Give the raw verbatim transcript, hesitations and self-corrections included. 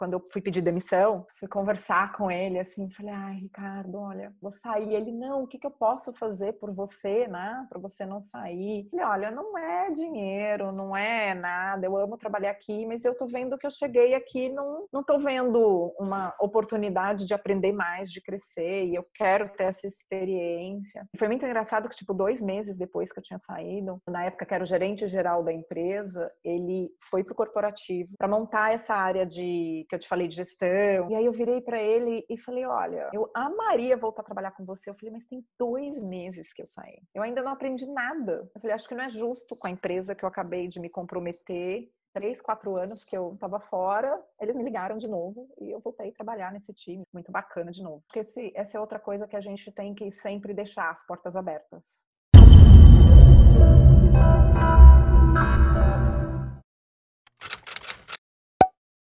quando eu fui pedir demissão, fui conversar com ele, assim, falei, ai, Ricardo, olha, vou sair. Ele, não, o que, que eu posso fazer por você, né, pra você não sair? Falei, olha, não é dinheiro, não é nada, eu amo trabalhar aqui, mas eu tô vendo que eu cheguei aqui, não, não tô vendo uma oportunidade de aprender mais, de crescer, e eu quero ter essa experiência. Foi muito engraçado que, tipo, dois meses depois que eu tinha saído, na época que era o gerente geral da empresa, ele foi pro corporativo para montar essa área de, que eu te falei, de gestão. E aí eu virei para ele e falei, olha, eu amaria voltar a trabalhar com você. Eu falei, mas tem dois meses que eu saí. Eu ainda não aprendi nada. Eu falei, acho que não é justo com a empresa que eu acabei de me comprometer. Três, quatro anos que eu tava fora, eles me ligaram de novo e eu voltei a trabalhar nesse time. Muito bacana de novo. Porque esse, essa é outra coisa que a gente tem que sempre deixar as portas abertas.